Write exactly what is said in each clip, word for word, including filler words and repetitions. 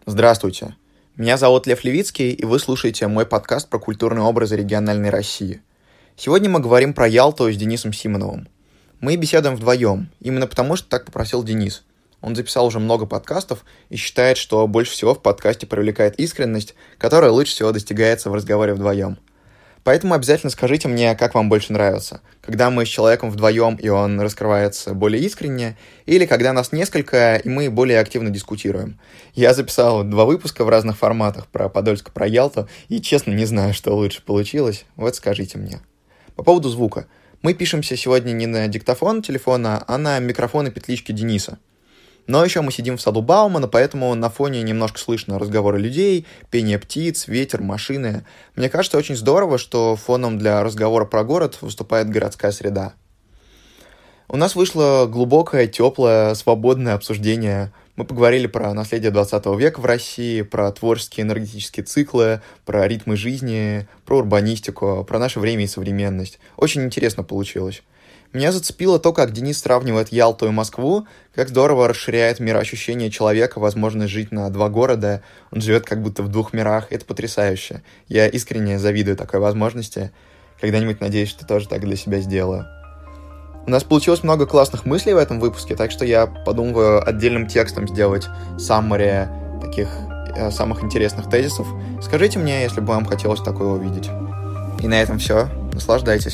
Здравствуйте, меня зовут Лев Левицкий, и вы слушаете мой подкаст про культурные образы региональной России. Сегодня мы говорим про Ялту с Денисом Симоновым. Мы беседуем вдвоем, именно потому, что так попросил Денис. Он записал уже много подкастов и считает, что больше всего в подкасте привлекает искренность, которая лучше всего достигается в разговоре вдвоем. Поэтому обязательно скажите мне, как вам больше нравится. Когда мы с человеком вдвоем, и он раскрывается более искренне, или когда нас несколько, и мы более активно дискутируем. Я записал два выпуска в разных форматах про Подольск, про Ялту, и честно не знаю, что лучше получилось. Вот скажите мне. По поводу звука. Мы пишемся сегодня не на диктофон телефона, а на микрофон и петлички Дениса. Но еще мы сидим в саду Баумана, поэтому на фоне немножко слышно разговоры людей, пение птиц, ветер, машины. Мне кажется, очень здорово, что фоном для разговора про город выступает городская среда. У нас вышло глубокое, теплое, свободное обсуждение. Мы поговорили про наследие двадцатого века в России, про творческие энергетические циклы, про ритмы жизни, про урбанистику, про наше время и современность. Очень интересно получилось. Меня зацепило то, как Денис сравнивает Ялту и Москву, как здорово расширяет мироощущение человека, возможность жить на два города. Он живет как будто в двух мирах. Это потрясающе. Я искренне завидую такой возможности. Когда-нибудь, надеюсь, что тоже так для себя сделаю. У нас получилось много классных мыслей в этом выпуске, так что я подумываю отдельным текстом сделать саммари таких э, самых интересных тезисов. Скажите мне, если бы вам хотелось такое увидеть. И на этом все. Наслаждайтесь.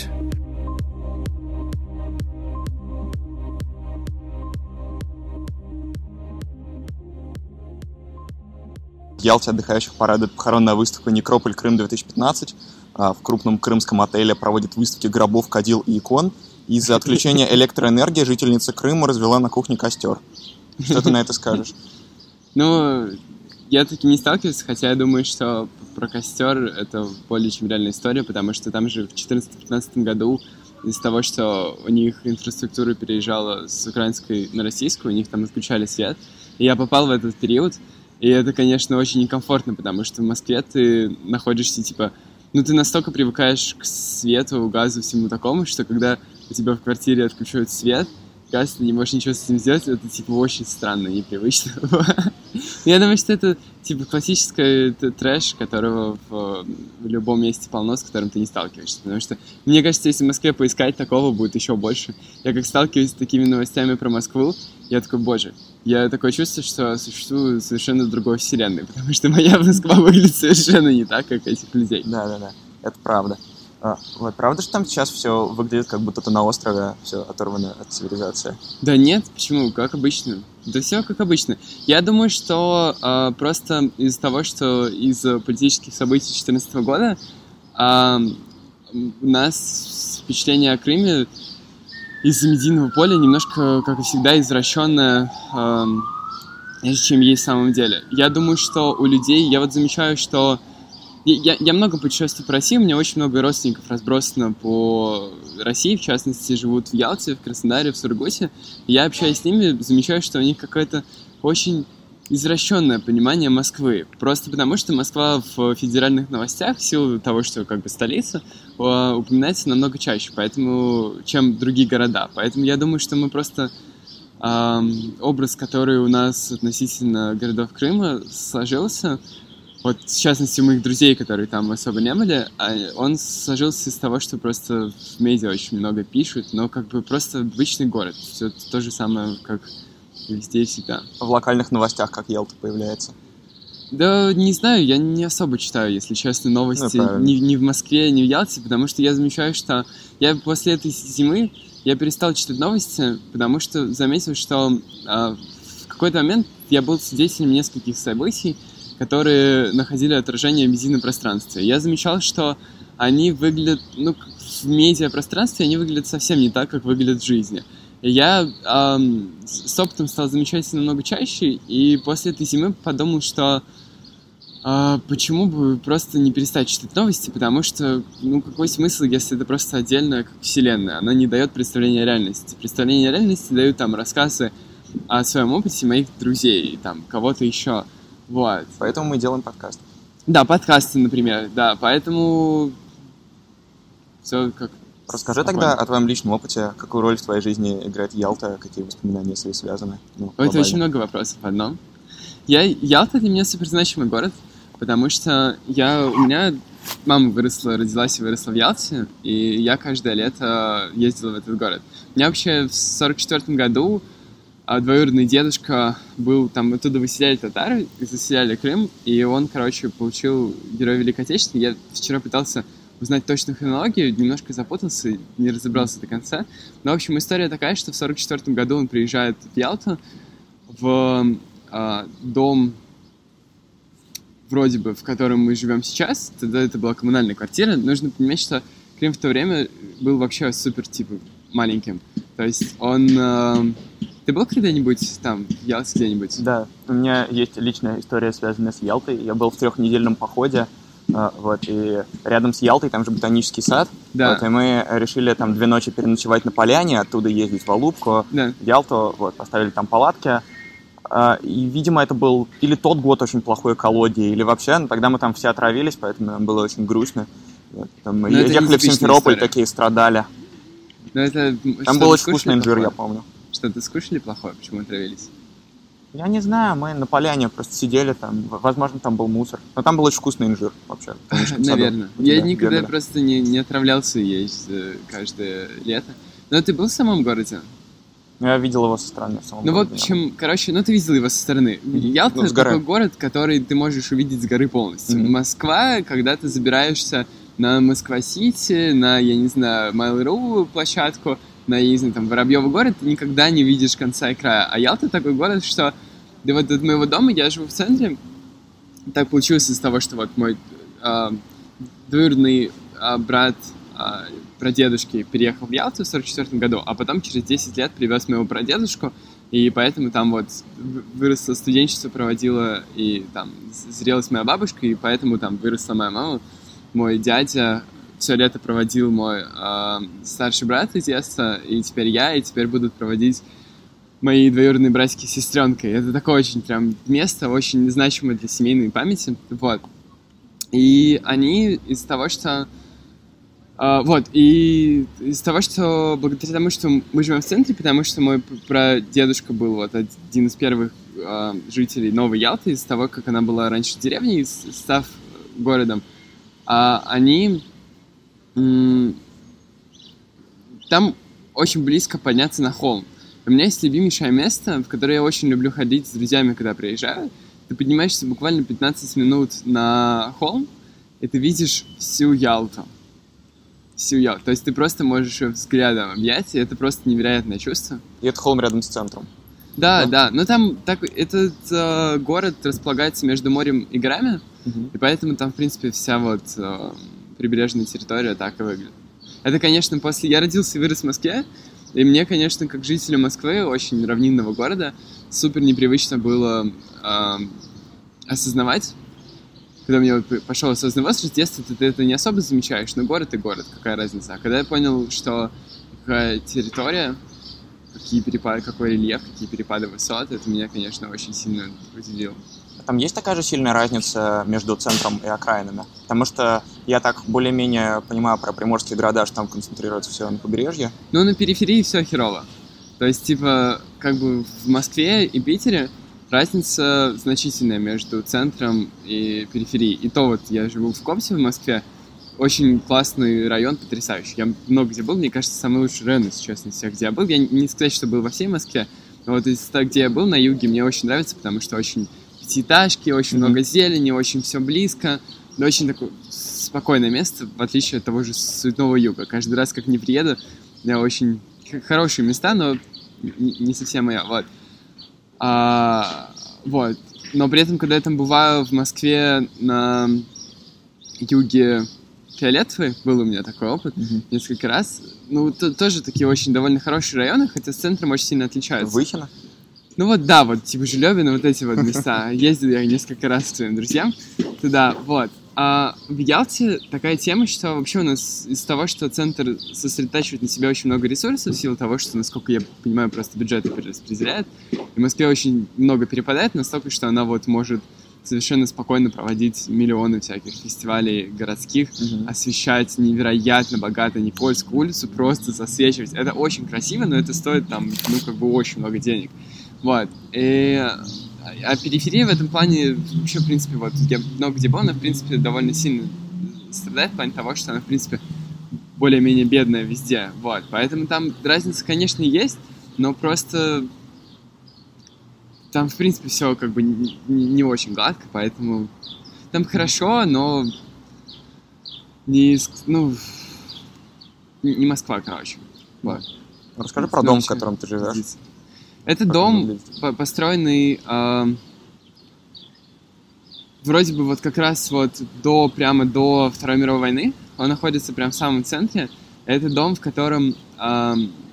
В Ялте отдыхающих порадует похоронная выставка «Некрополь Крым-две тысячи пятнадцать». В крупном крымском отеле проводят выставки гробов, кадил и икон. Из-за отключения электроэнергии жительница Крыма развела на кухне костер. Что ты на это скажешь? Ну, я таки не сталкивался, хотя я думаю, что про костер это более чем реальная история, потому что там же в две тысячи четырнадцатом-пятнадцатом году из-за того, что у них инфраструктура переезжала с украинской на российскую, у них там отключали свет. И я попал в этот период, и это, конечно, очень некомфортно, потому что в Москве ты находишься, типа, ну, ты настолько привыкаешь к свету, газу, всему такому, что когда у тебя в квартире отключают свет, газ, ты не можешь ничего с этим сделать, это, типа, очень странно, непривычно. Я думаю, что это, типа, классический трэш, которого в любом месте полно, с которым ты не сталкиваешься. Потому что, мне кажется, если в Москве поискать, такого будет еще больше. Я как сталкиваюсь с такими новостями про Москву, я такой, боже, я такое чувство, что существую совершенно в другой вселенной, потому что моя Москва выглядит совершенно не так, как этих людей. Да-да-да, это правда. А, вот, правда, что там сейчас все выглядит, как будто ты на острове, все оторвано от цивилизации? Да нет, почему? Как обычно. Да все как обычно. Я думаю, что э, просто из-за того, что из-за политических событий две тысячи четырнадцатого года э, у нас впечатление о Крыме из-за медийного поля немножко, как и всегда, извращенное, э, чем есть в самом деле. Я думаю, что у людей... Я вот замечаю, что... Я, я много путешествую по России, у меня очень много родственников разбросано по России, в частности, живут в Ялте, в Краснодаре, в Сургуте. Я общаюсь с ними, замечаю, что у них какое-то очень извращенное понимание Москвы. Просто потому, что Москва в федеральных новостях, в силу того, что как бы столица, упоминается намного чаще, поэтому, чем другие города. Поэтому я думаю, что мы просто... Эм, образ, который у нас относительно городов Крыма сложился... Вот, в частности, у моих друзей, которые там особо не были, он сложился из того, что просто в медиа очень много пишут, но как бы просто обычный город. Все то же самое, как везде и всегда. В локальных новостях как Ялта появляется? Да, не знаю, я не особо читаю, если честно, новости ну, ни, ни в Москве, ни в Ялте, потому что я замечаю, что я после этой зимы я перестал читать новости, потому что заметил, что а, в какой-то момент я был свидетелем нескольких событий, которые находили отражение в медийном пространстве. Я замечал, что они выглядят, ну, в медиапространстве они выглядят совсем не так, как выглядят в жизни. И я эм, с опытом стал замечать намного чаще, и после этой зимы подумал, что э, почему бы просто не перестать читать новости, потому что, ну, какой смысл, если это просто отдельная как вселенная? Она не дает представления о реальности. Представление о реальности дают там рассказы о своем опыте моих друзей, там, кого-то еще. Вот. Поэтому мы делаем подкаст. Да, подкасты, например, да, поэтому все как... Расскажи тогда о твоем личном опыте, какую роль в твоей жизни играет Ялта, какие воспоминания с ней связаны. Ну, это очень много вопросов в одном. Я, Ялта для меня суперзначимый город, потому что я, у меня мама выросла, родилась и выросла в Ялте, и я каждое лето ездил в этот город. У меня вообще в сорок четвёртом году двоюродный дедушка был, там оттуда выселяли татары, заселяли Крым, и он, короче, получил Героя Великой Отечественной. Я вчера пытался узнать точную хронологию, немножко запутался, не разобрался до конца. Но, в общем, история такая, что в сорок четвёртом году он приезжает в Ялту, в э, дом, вроде бы, в котором мы живем сейчас. Тогда это была коммунальная квартира. Нужно понимать, что Крым в то время был вообще супер, типа, маленьким. То есть он... Э, Ты был когда-нибудь там, в Ялте где-нибудь? Да, у меня есть личная история, связанная с Ялтой. Я был в трехнедельном походе, вот, и рядом с Ялтой там же ботанический сад. Да. Вот, и мы решили там две ночи переночевать на поляне, оттуда ездить в Алупку, да. в Ялту, вот, поставили там палатки. И, видимо, это был или тот год очень плохой экологии, или вообще, но тогда мы там все отравились, поэтому нам было очень грустно. Вот, там, мы ехали в Симферополь, история. Такие страдали. Но это, там был очень вкусный инжир, я помню. Что-то скушали плохое? Почему отравились? Я не знаю, мы на поляне просто сидели там, возможно, там был мусор. Но там был очень вкусный инжир вообще. Наверное. Я никогда просто не, не отравлялся есть каждое лето. Но ты был в самом городе? Я видел его со стороны. В самом ну городе, вот, в общем, короче, ну ты видел его со стороны. Ялта — это такой город, который ты можешь увидеть с горы полностью. Mm-hmm. Москва, когда ты забираешься на Москва-Сити, на, я не знаю, Mail.ru площадку, на, я не знаю, там, Воробьёвый город, ты никогда не видишь конца и края. А Ялта такой город, что... Да вот от моего дома, я живу в центре, так получилось из-за того, что вот мой э, двоюродный э, брат э, прадедушки переехал в Ялту в сорок четвёртом году, а потом через десять лет привез моего прадедушку, и поэтому там вот выросло студенчество, проводила, и там зрелась моя бабушка, и поэтому там выросла моя мама. Мой дядя все лето проводил мой э, старший брат из детства, и теперь я, и теперь будут проводить мои двоюродные братики с сестренкой. Это такое очень прям место, очень значимое для семейной памяти. Вот. И они из того, что... Э, вот, и из того, что благодаря тому, что мы живем в центре, потому что мой прадедушка был вот один из первых э, жителей Новой Ялты, из того, как она была раньше деревней, став городом, а они... М- там очень близко подняться на холм. У меня есть любимейшее место, в которое я очень люблю ходить с друзьями, когда приезжаю. Ты поднимаешься буквально пятнадцать минут на холм, и ты видишь всю Ялту. Всю Ялту. То есть ты просто можешь ее взглядом объять, и это просто невероятное чувство. И это холм рядом с центром. Да, да. да. Но там так, этот э, город располагается между морем и горами, угу. и поэтому там, в принципе, вся вот э, прибрежная территория так и выглядит. Это, конечно, после... Я родился и вырос в Москве, и мне, конечно, как жителю Москвы, очень равнинного города, супер непривычно было э, осознавать, когда мне вот пошел осознанный возраст, в детстве ты, ты это не особо замечаешь, но город и город, какая разница. А когда я понял, что какая территория, какие перепады, какой рельеф, какие перепады высот, это меня, конечно, очень сильно удивило. Там есть такая же сильная разница между центром и окраинами? Потому что я так более-менее понимаю про приморские города, что там концентрируется все на побережье. Ну, на периферии все херово. То есть, типа, как бы в Москве и Питере разница значительная между центром и периферией. И то вот я живу в Копсе в Москве, очень классный район, потрясающий. Я много где был, мне кажется, самый лучший район, если честно, из всех, где я был. Я не сказать, что был во всей Москве, но вот из того, где я был, на юге, мне очень нравится, потому что очень пятиэтажки, очень mm-hmm. много зелени, очень все близко. Но очень такое спокойное место, в отличие от того же суетного юга. Каждый раз, как не приеду, я очень хорошие места, но не совсем моя. Вот. А, вот. Но при этом, когда я там бываю в Москве на юге Фиолетовой, был у меня такой опыт mm-hmm. несколько раз. Ну, то, тоже такие очень довольно хорошие районы, хотя с центром очень сильно отличаются. Выхино? Ну вот да, вот типа Жильёвино, вот эти вот места. Ездил я несколько раз к своим друзьям туда, вот. А в Ялте такая тема, что вообще у нас из-за того, что центр сосредотачивает на себе очень много ресурсов, в силу того, что, насколько я понимаю, просто бюджеты перераспределяет, и в Москве очень много перепадает, настолько, что она вот может совершенно спокойно проводить миллионы всяких фестивалей городских, mm-hmm. освещать невероятно богато Никольскую улицу, просто засвечивать. Это очень красиво, но это стоит там, ну, как бы очень много денег. Вот. И А периферия в этом плане вообще, в принципе, вот я много где был, она, в принципе, довольно сильно страдает в плане того, что она, в принципе, более-менее бедная везде, вот. Поэтому там разница, конечно, есть, но просто там, в принципе, все как бы не, не очень гладко, поэтому там хорошо, но не, ну, не Москва, короче. Вот. Расскажи про дом, в котором ты живешь. Это дом, построенный э, вроде бы вот как раз вот до, прямо до Второй мировой войны. Он находится прямо в самом центре. Это дом, в котором э,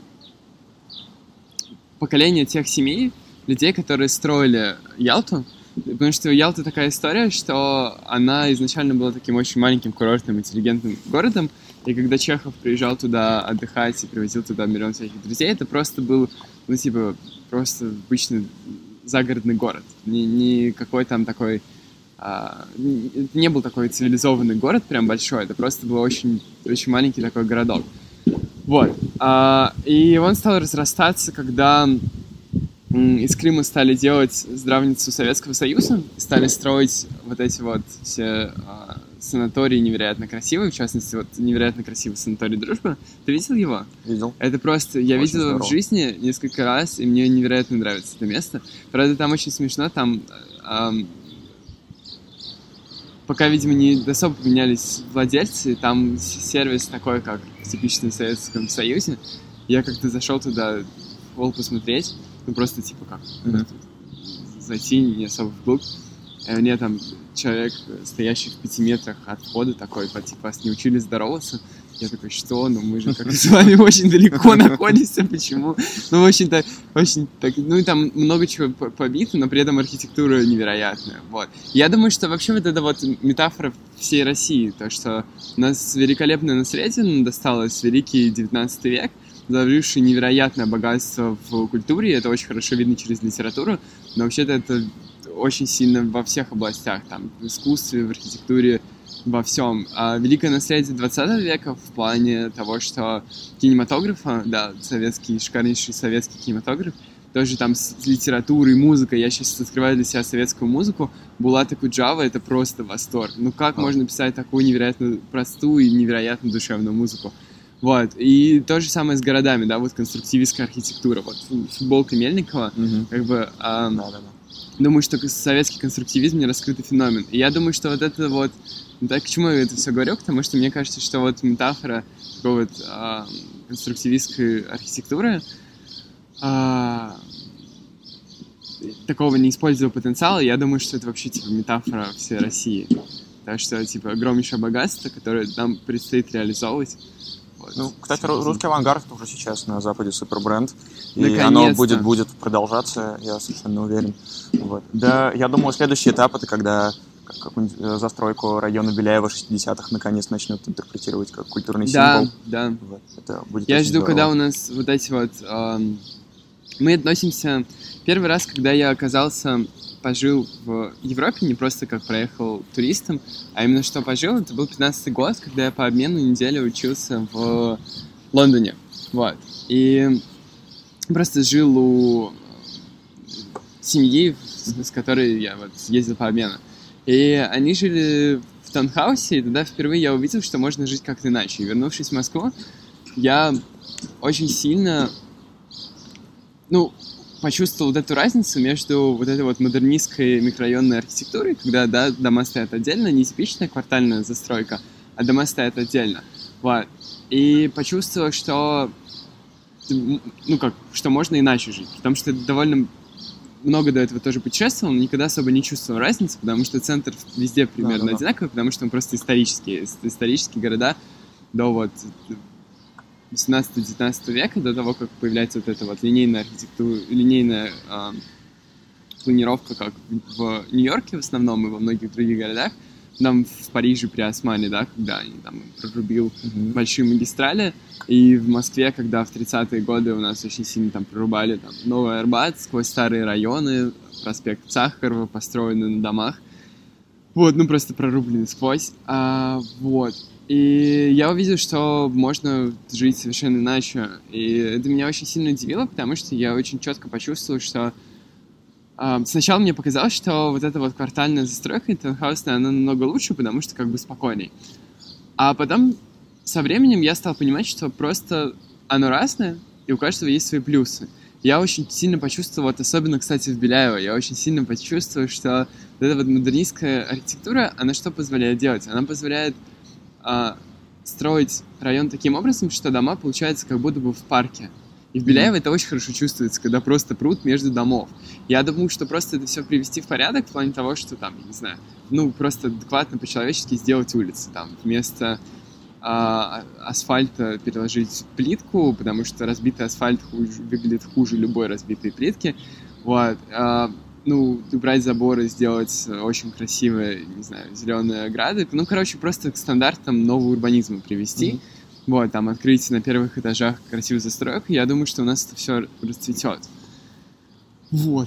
поколение тех семей, людей, которые строили Ялту. Потому что Ялта такая история, что она изначально была таким очень маленьким курортным, интеллигентным городом. И когда Чехов приезжал туда отдыхать и привозил туда миллион всяких друзей, это просто был, ну, типа, просто обычный загородный город. Не, не какой там такой... А, не, не был такой цивилизованный город прям большой, это просто был очень, очень маленький такой городок. Вот. А, и он стал разрастаться, когда из Крыма стали делать здравницу Советского Союза, стали строить вот эти вот все а, санатории невероятно красивые, в частности, вот невероятно красивый санаторий «Дружба». Ты видел его? Видел. Это просто... Я очень видел его здорово. В жизни несколько раз, и мне невероятно нравится это место. Правда, там очень смешно, там... Эм, пока, видимо, не особо поменялись владельцы, там сервис такой, как в типичном Советском Союзе. Я как-то зашел туда, пол посмотреть, ну просто типа как Mm-hmm. зайти не особо вглубь. И мне там человек, стоящий в пяти метрах от входа, такой, типа, вас не учили здороваться. Я такой, что? Ну мы же как с вами очень далеко находимся, почему? Ну, очень так, очень так, ну и там много чего побито, но при этом архитектура невероятная, вот. Я думаю, что вообще вот это вот метафора всей России, то, что у нас великолепное наследие досталось, великий девятнадцатый век, заложивший невероятное богатство в культуре, это очень хорошо видно через литературу, но вообще-то это очень сильно во всех областях, там, в искусстве, в архитектуре, во всем. А великое наследие двадцатого века в плане того, что кинематографа, да, советский, шикарнейший советский кинематограф, тоже там с литературой, музыкой, я сейчас открываю для себя советскую музыку, Булат Акуджава — это просто восторг. Ну как можно писать такую невероятно простую и невероятно душевную музыку? Вот, и то же самое с городами, да, вот конструктивистская архитектура, вот футболка Мельникова, Mm-hmm. как бы... А, Да, да, да. Думаю, что советский конструктивизм не раскрытый феномен. И я думаю, что вот это вот... Да, к чему я это все говорю? Потому что мне кажется, что вот метафора такой вот а, конструктивистской архитектуры а, такого неиспользованного потенциала, я думаю, что это вообще типа метафора всей России. Так что, типа, огромнейшее богатство, которое нам предстоит реализовывать. Вот. Ну, кстати, ру- русский авангард уже сейчас на Западе супербренд, и Наконец-то. оно будет, будет продолжаться, я совершенно уверен. Вот. Да, я думаю, следующий этап — это когда как- какую-нибудь э, застройку района Беляева шестидесятых наконец начнут интерпретировать как культурный Да, символ. да. Вот. Это будет Я очень жду, здорово. когда у нас вот эти вот... эм, мы относимся... Первый раз, когда я оказался, пожил в Европе, не просто как проехал туристом, а именно что пожил, это был пятнадцатый год, когда я по обмену неделю учился в Лондоне. Вот. И просто жил у семьи, с с которой я вот ездил по обмену. И они жили в таунхаусе, и тогда впервые я увидел, что можно жить как-то иначе. И вернувшись в Москву, я очень сильно, ну, почувствовал вот эту разницу между вот этой вот модернистской микрорайонной архитектурой, когда, да, дома стоят отдельно, не типичная квартальная застройка, а дома стоят отдельно. Вот. И почувствовал, что, ну как, что можно иначе жить, потому что довольно много до этого тоже путешествовал, но никогда особо не чувствовал разницы, потому что центр везде примерно Да-да-да. одинаковый, потому что он просто исторический. Исторические города до вот восемнадцатого-девятнадцатого века, до того, как появляется вот эта вот линейная архитектура, линейная э, планировка, как в Нью-Йорке в основном и во многих других городах, там в Париже при Османе, да, когда они там прорубил Мгм. большие магистрали, и в Москве, когда в тридцатые годы у нас очень сильно там прорубали там Новый Арбат сквозь старые районы, проспект Сахарова, построенный на домах, вот, ну просто прорубленный сквозь, а, вот. И я увидел, что можно жить совершенно иначе. И это меня очень сильно удивило, потому что я очень четко почувствовал, что А, сначала мне показалось, что вот эта вот квартальная застройка и таунхаусная, она намного лучше, потому что как бы спокойней. А потом со временем я стал понимать, что просто оно разное, и у каждого есть свои плюсы. Я очень сильно почувствовал, вот особенно, кстати, в Беляево, я очень сильно почувствовал, что вот эта вот модернистская архитектура, она что позволяет делать? Она позволяет а, строить район таким образом, что дома получаются как будто бы в парке. И в Беляево mm-hmm. это очень хорошо чувствуется, когда просто пруд между домов. Я думаю, что просто это все привести в порядок в плане того, что там, я не знаю, ну, просто адекватно по-человечески сделать улицы. Там, вместо а, асфальта переложить плитку, потому что разбитый асфальт хуже, выглядит хуже любой разбитой плитки. Вот. А, ну, убрать заборы, сделать очень красивые, не знаю, зеленые ограды. Ну, короче, просто к стандартам нового урбанизма привести. Mm-hmm. Вот, там открыть на первых этажах красивую застройку. Я думаю, что у нас это все расцветет. Вот.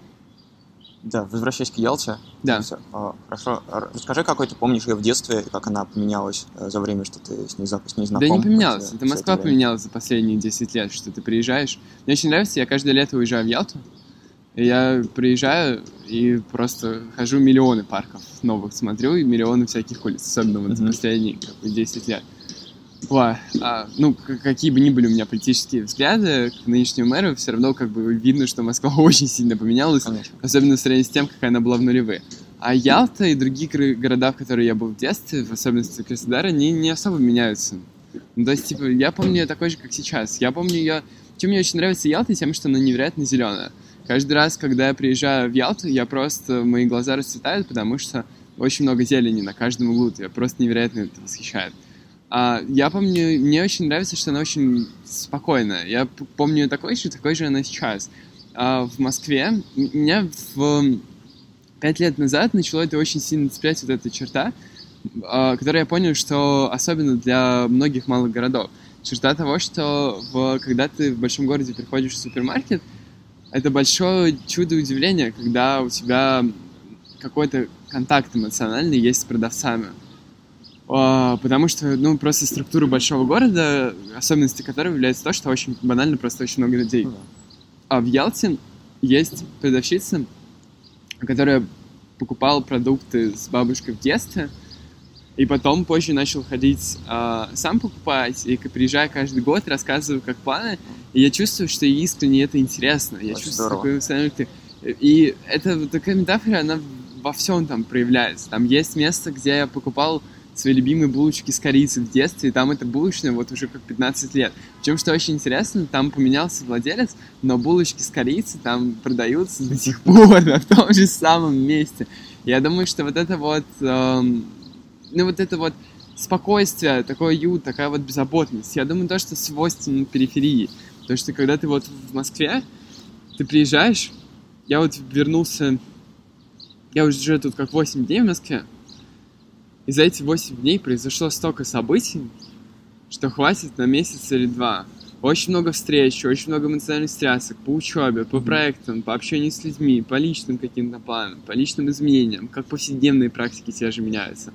Да, возвращаясь к Ялте. Да. Все. Хорошо. Расскажи, какой ты помнишь ее в детстве, и как она поменялась за время, что ты с ней, с ней знаком? Да не поменялась. Это Москва это поменялась за последние десять лет, что ты приезжаешь. Мне очень нравится, я каждое лето уезжаю в Ялту. И я приезжаю и просто хожу миллионы парков новых смотрю, и миллионы всяких улиц, особенно вот mm-hmm. за последние как бы, десять лет. Ва, а, ну, какие бы ни были у меня политические взгляды к нынешнему мэру, все равно как бы видно, что Москва очень сильно поменялась, Конечно. Особенно в сравнении с тем, какая она была в нулевые. А Ялта и другие города, в которые я был в детстве, в особенности Краснодар, они не особо меняются. Ну, то есть, типа, я помню ее такой же, как сейчас. Я помню ее... Чем мне очень нравится Ялта, тем, что она невероятно зеленая. Каждый раз, когда я приезжаю в Ялту, я просто... Мои глаза расцветают, потому что очень много зелени на каждом углу. Я просто невероятно это восхищает. А, я помню, мне очень нравится, что она очень спокойная. Я помню такой же, такой же она сейчас. А, в Москве меня в пять лет назад начало это очень сильно цеплять, вот эта черта, а, которую я понял, что особенно для многих малых городов. Черта того, что в, когда ты в большом городе приходишь в супермаркет, это большое чудо и удивление, когда у тебя какой-то контакт эмоциональный есть с продавцами. Потому что, ну, просто структура большого города, особенности которой является то, что очень банально, просто очень много людей. А в Ялте есть продавщица, которая покупала продукты с бабушкой в детстве, и потом позже начал ходить а, сам покупать, и приезжая каждый год, рассказываю, как планы, и я чувствую, что ей искренне это интересно. Я очень чувствую здорово. Такой эмоциональный... И это такая метафора, она во всем там проявляется. Там есть место, где я покупал свои любимые булочки с корицей в детстве, и там это булочная вот уже как пятнадцать лет. Причем, что очень интересно, там поменялся владелец, но булочки с корицей там продаются до сих пор, в том же самом месте. Я думаю, что вот это вот, эм, ну вот это вот спокойствие, такой уют, такая вот беззаботность, я думаю, то, что свойственно периферии. Потому что когда ты вот в Москве, ты приезжаешь, я вот вернулся, я уже живу тут как восемь дней в Москве, и за эти восемь дней произошло столько событий, что хватит на месяц или два. Очень много встреч, очень много эмоциональных стрясок по учебе, по проектам, по общению с людьми, по личным каким-то планам, по личным изменениям, как повседневные практики те же меняются.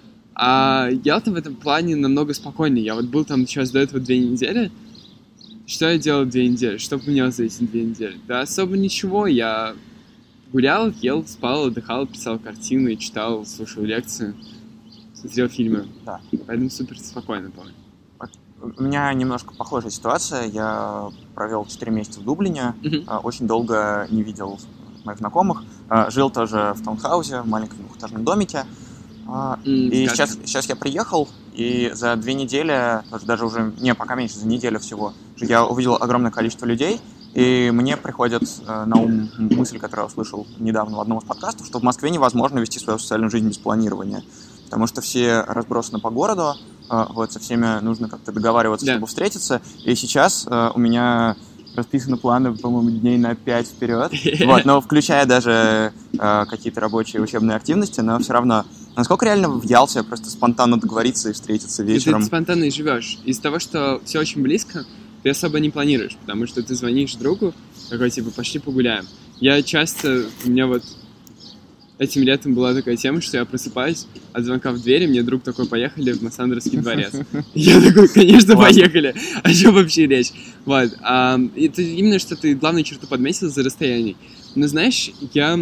А Ялта в этом плане намного спокойнее. Я вот был там сейчас до этого две недели. Что я делал две недели? Что поменялось за эти две недели? Да особо ничего. Я гулял, ел, спал, отдыхал, писал картины, читал, слушал лекции. Смотрел фильмы. Да. Поэтому супер спокойно, помню. У меня немножко похожая ситуация. Я провел четыре месяца в Дублине. Uh-huh. Очень долго не видел моих знакомых. Жил тоже в таунхаусе, в маленьком двухэтажном домике. Mm, и сейчас, сейчас я приехал, и за две недели, даже уже, не, пока меньше, за неделю всего, я увидел огромное количество людей. И мне приходит э, на ум мысль, которую я услышал недавно в одном из подкастов, что в Москве невозможно вести свою социальную жизнь без планирования. Потому что все разбросаны по городу, э, вот, со всеми нужно как-то договариваться, yeah. чтобы встретиться. И сейчас э, у меня расписаны планы, по-моему, дней на пять вперед. Вот, но включая даже э, какие-то рабочие учебные активности, но все равно... Насколько реально в Ялте просто спонтанно договориться и встретиться вечером? Ты спонтанно и живешь. Из-за того, что все очень близко, ты особо не планируешь, потому что ты звонишь другу, такой, типа, пошли погуляем. Я часто, у меня вот этим летом была такая тема, что я просыпаюсь от звонка в двери, мне друг такой: поехали в Массандровский дворец. Я такой: конечно, поехали. О чем вообще речь? Вот. А, это именно что ты главную черту подметил за расстояние. Но знаешь, я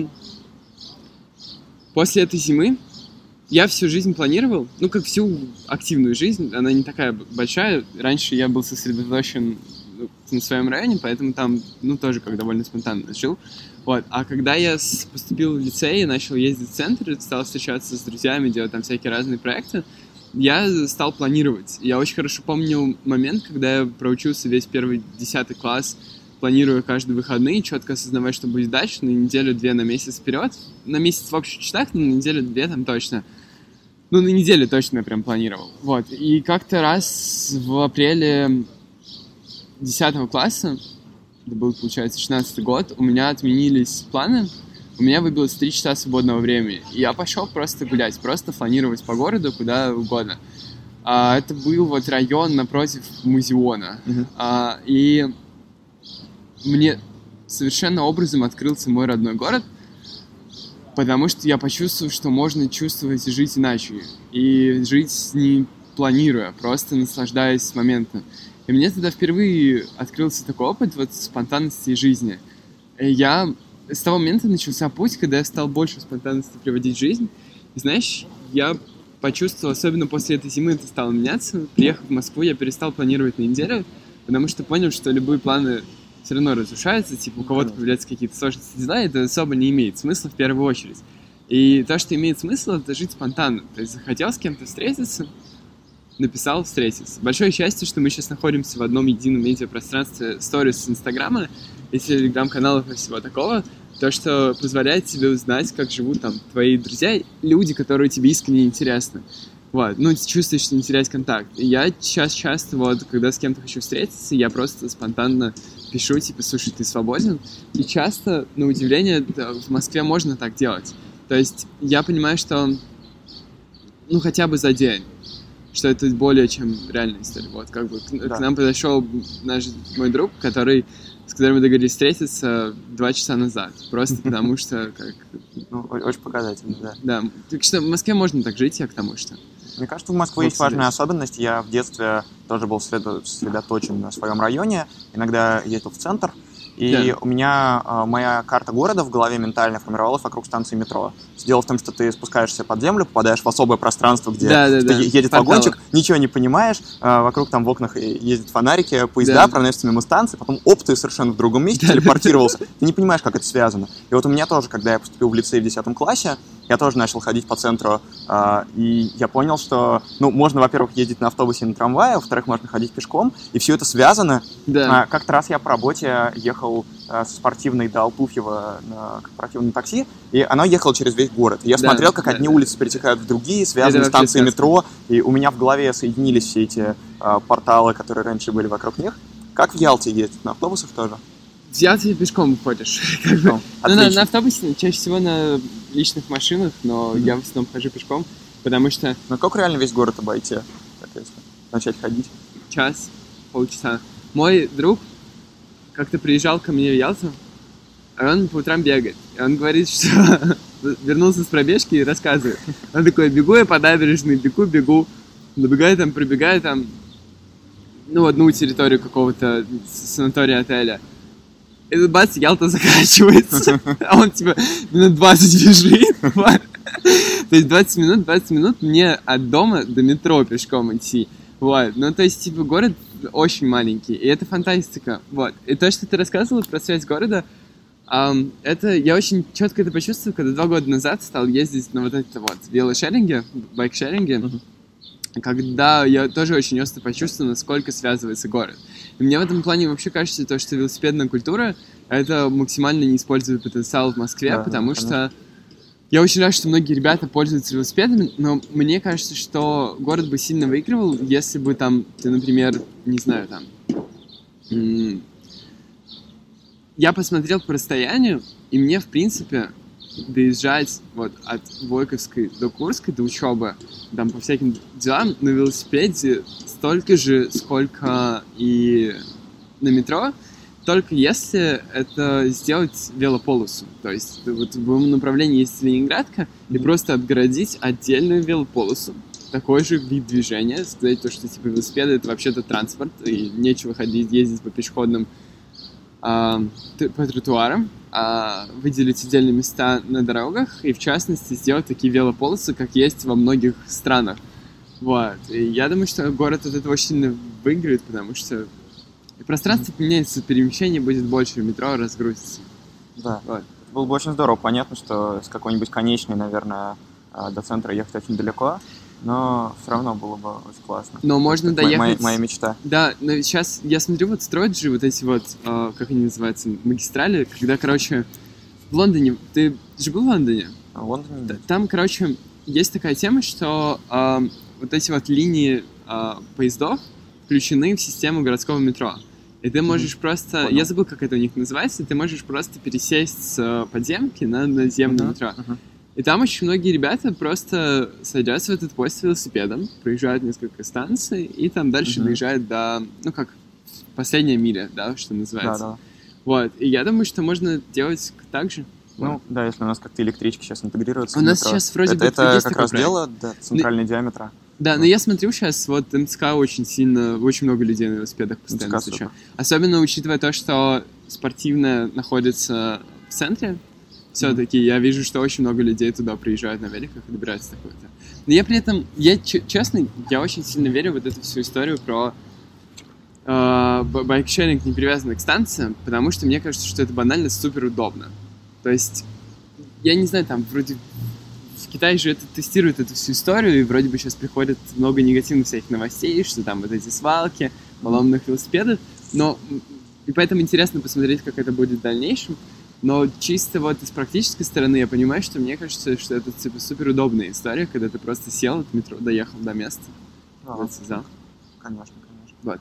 после этой зимы я всю жизнь планировал, ну, как всю активную жизнь, она не такая большая. Раньше я был сосредоточен на своем районе, поэтому там, ну, тоже как довольно спонтанно жил. Вот. А когда я поступил в лицей и начал ездить в центр, стал встречаться с друзьями, делать там всякие разные проекты, я стал планировать. Я очень хорошо помню момент, когда я проучился весь первый десятый класс, планируя каждые выходные, четко осознавая, что будет дальше, на неделю-две, на месяц вперед. На месяц в общих часах, но на неделю-две там точно. Ну, на неделю точно я прям планировал. Вот. И как-то раз в апреле десятого класса, это был, получается, шестнадцатый год, у меня отменились планы, у меня выбилось три часа свободного времени. И я пошел просто гулять, просто фланировать по городу куда угодно. А, это был вот район напротив Музеона. Uh-huh. А, и мне совершенно образом открылся мой родной город, потому что я почувствовал, что можно чувствовать и жить иначе. И жить не планируя, просто наслаждаясь моментом. И мне тогда впервые открылся такой опыт вот спонтанности жизни. И я... С того момента начался путь, когда я стал больше спонтанности приводить в жизнь. И знаешь, я почувствовал, особенно после этой зимы это стало меняться. Приехав в Москву, я перестал планировать на неделю, потому что понял, что любые планы все равно разрушаются. Типа у кого-то появляются какие-то сложности дела, это особо не имеет смысла в первую очередь. И то, что имеет смысл, это жить спонтанно. То есть захотел с кем-то встретиться, написал встретиться. Большое счастье, что мы сейчас находимся в одном едином медиапространстве сторис Инстаграма и телеграм-каналов и всего такого, то, что позволяет тебе узнать, как живут там твои друзья, люди, которые тебе искренне интересны. Вот. Ну, ты чувствуешь, что не терять контакт. И я сейчас часто, вот, когда с кем-то хочу встретиться, я просто спонтанно пишу, типа: слушай, ты свободен? И часто, на удивление, в Москве можно так делать. То есть я понимаю, что, ну, хотя бы за день, что это более чем реальная история. Вот, как бы, к, да. к нам подошел наш мой друг, который, с которым мы договорились встретиться два часа назад. Просто потому что, как... Ну, очень показательно, да. Да, так что в Москве можно так жить, я к тому, что... Мне кажется, в Москве вот есть важная особенность. Я в детстве тоже был сосредоточен на своем районе. Иногда ездил в центр. И да. у меня э, моя карта города в голове ментально формировалась вокруг станции метро. Дело в том, что ты спускаешься под землю, попадаешь в особое пространство, где да, да, да. едет Портал. вагончик, ничего не понимаешь, э, вокруг там в окнах ездят фонарики, поезда, да. проносятся мимо станции, потом оп, ты совершенно в другом месте, да, телепортировался. Да. Ты не понимаешь, как это связано. И вот у меня тоже, когда я поступил в лицей в десятом классе, я тоже начал ходить по центру, э, и я понял, что, ну, можно, во-первых, ездить на автобусе и на трамвае, во-вторых, можно ходить пешком, и все это связано. Да. Э, как-то раз я по работе ехал со спортивной до Алтуфьева на корпоративном такси, и оно ехало через весь город. И я да, смотрел, как да, одни да. улицы перетекают в другие, связаны станции метро, и у меня в голове соединились все эти а, порталы, которые раньше были вокруг них. Как в Ялте ездить? На автобусах тоже? В Ялте пешком ходишь. Ну, на, на автобусе, чаще всего на личных машинах, но mm-hmm. я в основном хожу пешком, потому что... Ну как реально весь город обойти, соответственно, начать ходить? Час, полчаса. Мой друг как-то приезжал ко мне в Ялту, а он по утрам бегает. И он говорит, что вернулся с пробежки и рассказывает. Он такой: бегу я по набережной, бегу, бегу, добегаю там, пробегаю там, ну, одну территорию какого-то санатория, отеля. И тут бац, Ялта заканчивается. А он типа минут двадцать бежит. То есть двадцать минут, двадцать минут мне от дома до метро пешком идти. Вот. Ну, то есть, типа, город очень маленький, и это фантастика. Вот. И то, что ты рассказывала про связь города, эм, это я очень четко это почувствовал, когда два года назад стал ездить на вот это вот велошеринге, байк-шеринге, uh-huh. когда я тоже очень остро почувствовал, насколько связывается город. И мне в этом плане вообще кажется, то, что велосипедная культура — это максимально неиспользуемый потенциал в Москве, да, потому да, что я очень рад, что многие ребята пользуются велосипедами, но мне кажется, что город бы сильно выигрывал, если бы там, ты, например, не знаю, там... М- я посмотрел по расстоянию, и мне, в принципе, доезжать вот от Войковской до Курской, до учебы, там по всяким делам на велосипеде столько же, сколько и на метро. только если это сделать велополосу. То есть вот в моем направлении есть Ленинградка, mm-hmm. и просто отгородить отдельную велополосу. Такой же вид движения. Сказать то, что типа велосипеды — это вообще-то транспорт, и нечего ходить, ездить по пешеходным а, по тротуарам, а выделить отдельные места на дорогах и, в частности, сделать такие велополосы, как есть во многих странах. Вот. И я думаю, что город от этого очень сильно выиграет, потому что пространство mm-hmm. поменяется, перемещение будет больше, метро разгрузится. Да. Вот. Было бы очень здорово. Понятно, что с какой-нибудь конечной, наверное, до центра ехать очень далеко, но все равно было бы очень классно. Но можно это доехать... Моя, моя мечта. Да, но сейчас я смотрю, вот строят же вот эти вот, э, как они называются, магистрали, когда, короче, в Лондоне... Ты же был в Лондоне? В Лондоне? Да. Там, короче, есть такая тема, что э, вот эти вот линии э, поездов включены в систему городского метро. И ты можешь mm-hmm. просто... Понял. Я забыл, как это у них называется. Ты можешь просто пересесть с подземки на наземное uh-huh. метро. Uh-huh. И там очень многие ребята просто садятся в этот поезд с велосипедом, проезжают несколько станций, и там дальше uh-huh. доезжают до, ну как, последняя миля, да, что называется. Да, да. Вот. И я думаю, что можно делать так же. Ну, вот. Да, если у нас как-то электрички сейчас интегрируются. У нас метро. Сейчас вроде бы... Это, это как раз проект. Дело до центральной но... диаметра. Да, да, но я смотрю сейчас, вот эм цэ ка очень сильно, очень много людей на велосипедах постоянно встречаю. Особенно учитывая то, что спортивная находится в центре, все-таки mm-hmm. я вижу, что очень много людей туда приезжают на великах и добираются такое-то. Но я при этом, я честно, я очень сильно верю в вот эту всю историю про э, байкшеринг, не привязанный к станциям, потому что мне кажется, что это банально супер удобно. То есть, я не знаю, там вроде в Китае же это тестирует эту всю историю, и вроде бы сейчас приходит много негативных всяких новостей, что там вот эти свалки, поломанных велосипедов, но и поэтому интересно посмотреть, как это будет в дальнейшем. Но чисто вот из практической стороны я понимаю, что мне кажется, что это типа супер удобная история, когда ты просто сел от метро, доехал до места. А, вот связал. Конечно, конечно. Вот.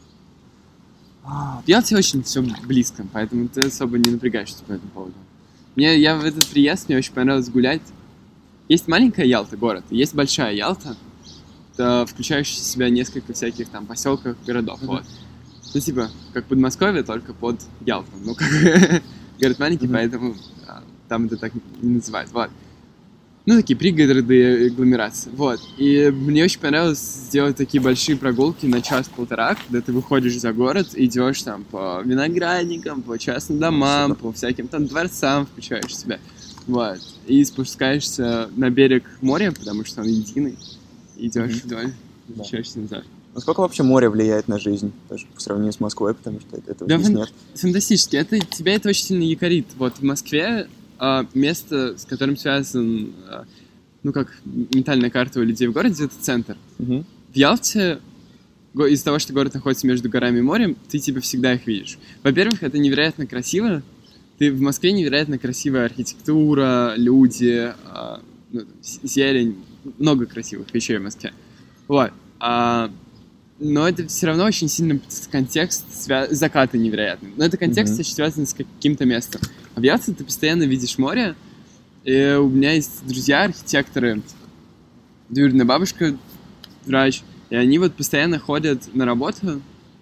В Ялте очень все близко, поэтому ты особо не напрягаешься по этому поводу. Мне, я в этот приезд, мне очень понравилось гулять. Есть маленькая Ялта, город, есть большая Ялта, включающая в себя несколько всяких там поселков, городов. Mm-hmm. Вот. Ну, типа, как Подмосковье, только под Ялтом. Ну, как город маленький, mm-hmm. поэтому а, там это так не называют. Вот. Ну, такие пригороды, агломерации. Вот. И мне очень понравилось сделать такие большие прогулки на час-полтора, когда ты выходишь за город, идешь там по виноградникам, по частным домам, mm-hmm. по всяким там дворцам, включаешь себя. Вот. И спускаешься на берег моря, потому что он единый. Идешь mm-hmm. вдоль, возвращаешься назад. Насколько вообще море влияет на жизнь, даже по сравнению с Москвой, потому что этого да, здесь фан- нет? Фантастически. Это, тебя это очень сильно якорит. Вот в Москве а, место, с которым связан, а, ну как ментальная карта у людей в городе, это центр. Mm-hmm. В Ялте, из-за того, что город находится между горами и морем, ты типа всегда их видишь. Во-первых, это невероятно красиво. Ты в Москве невероятно красивая архитектура, люди, а, ну, зелень, много красивых вещей в Москве. Вот. А, но это все равно очень сильно контекст, свя... закаты невероятные. Но это контекст mm-hmm. очень связан с каким-то местом. А в Ялте ты постоянно видишь море. И у меня есть друзья-архитекторы, двоюродная бабушка, врач, и они вот постоянно ходят на работу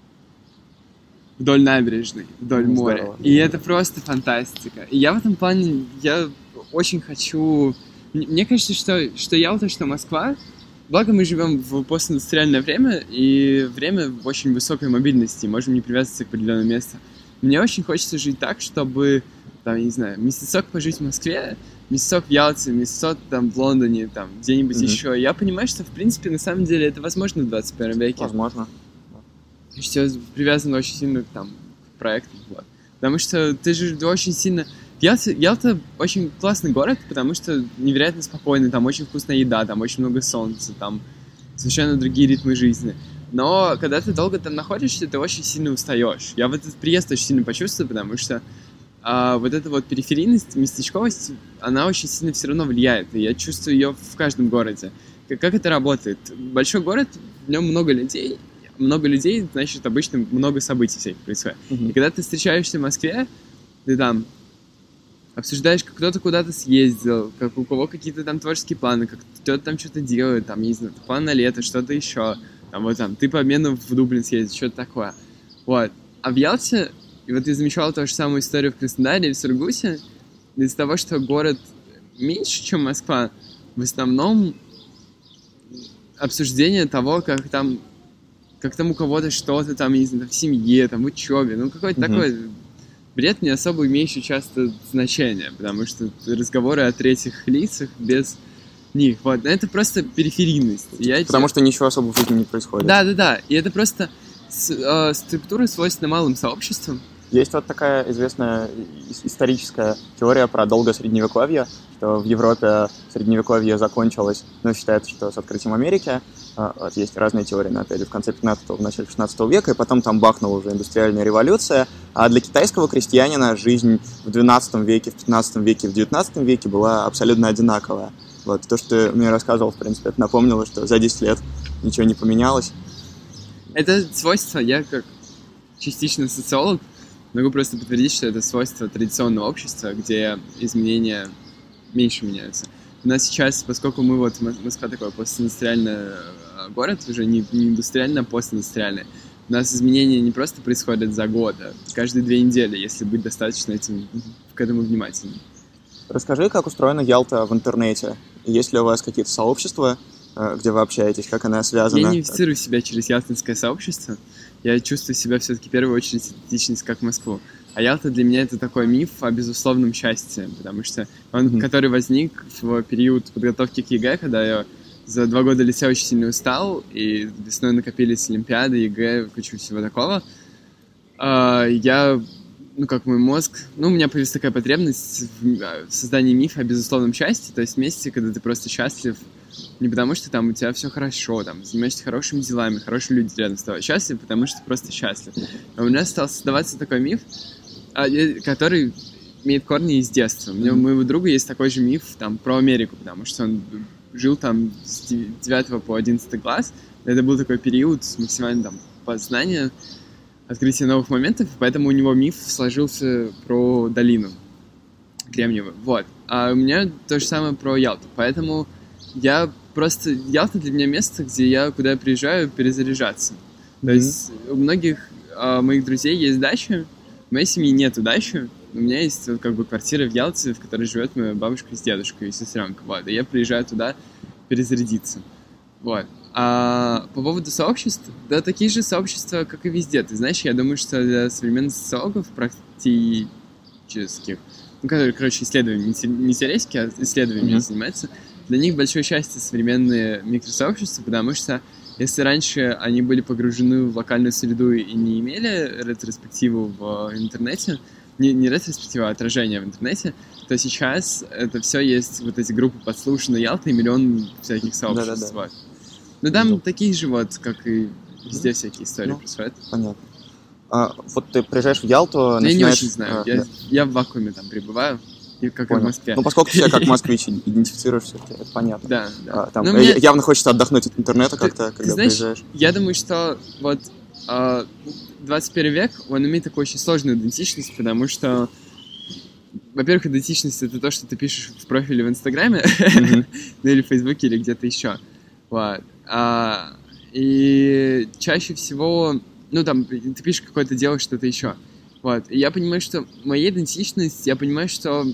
вдоль набережной, вдоль ну, моря. Здорово. И это просто фантастика. И я в этом плане, я очень хочу... Мне кажется, что, что Ялта, что Москва, благо мы живем в постиндустриальное время, и время очень высокой мобильности, можем не привязываться к определенному месту. Мне очень хочется жить так, чтобы, там, я не знаю, месяцок пожить в Москве, месяцок в Ялте, месяцок там в Лондоне, там, где-нибудь mm-hmm. еще. Я понимаю, что, в принципе, на самом деле это возможно в двадцать первом веке. Возможно. Все привязано очень сильно там, к проекту. Вот. Потому что ты же очень сильно... Ялта, Ялта очень классный город, потому что невероятно спокойный, там очень вкусная еда, там очень много солнца, там совершенно другие ритмы жизни. Но когда ты долго там находишься, ты очень сильно устаешь. Я в этот приезд очень сильно почувствовал, потому что а, вот эта вот периферийность, местечковость, она очень сильно все равно влияет. И я чувствую ее в каждом городе. Как, как это работает? Большой город, в нем много людей, много людей, значит, обычно много событий всяких происходит. Mm-hmm. И когда ты встречаешься в Москве, ты там обсуждаешь, как кто-то куда-то съездил, как у кого какие-то там творческие планы, как кто-то там что-то делает, там, не знаю, план на лето, что-то еще. Там вот там, ты по обмену в Дублин съездил, что-то такое. Вот. А в Ялте и вот я замечал ту же самую историю в Краснодаре и в Сургуте. Из-за того, что город меньше, чем Москва, в основном обсуждение того, как там, как там у кого-то что-то там, не знаю, в семье, там, в учебе, ну, какой-то mm-hmm. такой бред, не особо имеющий часто значение, потому что разговоры о третьих лицах без них, вот, это просто периферийность. Я потому те... что ничего особо в жизни не происходит. Да-да-да, и это просто с, э, структура свойственна малым сообществам. Есть вот такая известная историческая теория про долгое средневековье, что в Европе средневековье закончилось, ну, считается, что с открытием Америки. Вот, есть разные теории, но, опять же, в конце пятнадцатого, в начале шестнадцатого века, и потом там бахнула уже индустриальная революция. А для китайского крестьянина жизнь в двенадцатом веке, в пятнадцатом веке, в девятнадцатом веке была абсолютно одинаковая. Вот, то, что ты мне рассказывал, в принципе, это напомнило, что за десять лет ничего не поменялось. Это свойство, я как частично социолог, могу просто подтвердить, что это свойство традиционного общества, где изменения меньше меняются. У нас сейчас, поскольку мы вот, Москва такой постиндустриальный город, уже не, не индустриальный, а постиндустриальный, у нас изменения не просто происходят за год, а каждые две недели, если быть достаточно этим, к этому внимательным. Расскажи, как устроена Ялта в интернете. Есть ли у вас какие-то сообщества, где вы общаетесь, как она связана? Я не идентифицирую себя через ялтинское сообщество. Я чувствую себя все-таки в первую очередь идентичность как Москву. А Ялта для меня это такой миф о безусловном счастье, потому что он, mm-hmm. который возник в период подготовки к ЕГЭ, когда я за два года лицея очень сильно устал, и весной накопились олимпиады, ЕГЭ, куча всего такого. Я, ну как мой мозг, ну у меня появилась такая потребность в создании мифа о безусловном счастье, то есть месте, когда ты просто счастлив, не потому что там у тебя все хорошо, там, занимаешься хорошими делами, хорошие люди рядом с тобой. Счастлив, потому что ты просто счастлив. А у меня стал создаваться такой миф, который имеет корни из детства. У меня, у моего друга есть такой же миф там, про Америку, потому что он жил там с девятого по одиннадцатый класс. Это был такой период максимально там познания, открытия новых моментов, поэтому у него миф сложился про долину Кремниевую. Вот. А у меня то же самое про Ялту. Поэтому я просто... Ялта для меня место, где я, куда я приезжаю, перезаряжаться. Mm-hmm. То есть у многих а, моих друзей есть дача, в моей семье нету дачи. У меня есть вот, как бы квартира в Ялте, в которой живет моя бабушка с дедушкой и сестренка. Вот. И я приезжаю туда перезарядиться. Вот. А по поводу сообществ, да, такие же сообщества, как и везде. Ты знаешь, я думаю, что для современных социологов практических, ну, которые, короче, исследованиями, не теоретики, а исследованиями mm-hmm. занимаются, для них большое счастье современные микросообщества, потому что если раньше они были погружены в локальную среду и не имели ретроспективу в интернете, не, не ретроспективу, а отражение в интернете, то сейчас это все есть, вот эти группы подслушаны Ялты и миллион всяких сообществ. Да-да-да. Ну там ну, такие же вот, как и везде всякие истории ну, происходят. Понятно. А, вот ты приезжаешь в Ялту, я начинаешь... Я не очень знаю, а, я, да. я в вакууме там пребываю. Как Понял. и в Москве. Ну, поскольку ты себя как москвич идентифицируешь, все-таки это понятно. Да, да. А, там, мне... Явно хочется отдохнуть от интернета ты, как-то, когда ты знаешь, приезжаешь. Я думаю, что вот э, двадцать первый век, он имеет такую очень сложную идентичность, потому что, во-первых, идентичность — это то, что ты пишешь в профиле в Инстаграме, mm-hmm. ну или в Фейсбуке, или где-то еще. Вот. А, и чаще всего, ну там, ты пишешь какое-то дело, что-то еще. Вот. И я понимаю, что моя идентичность, я понимаю, что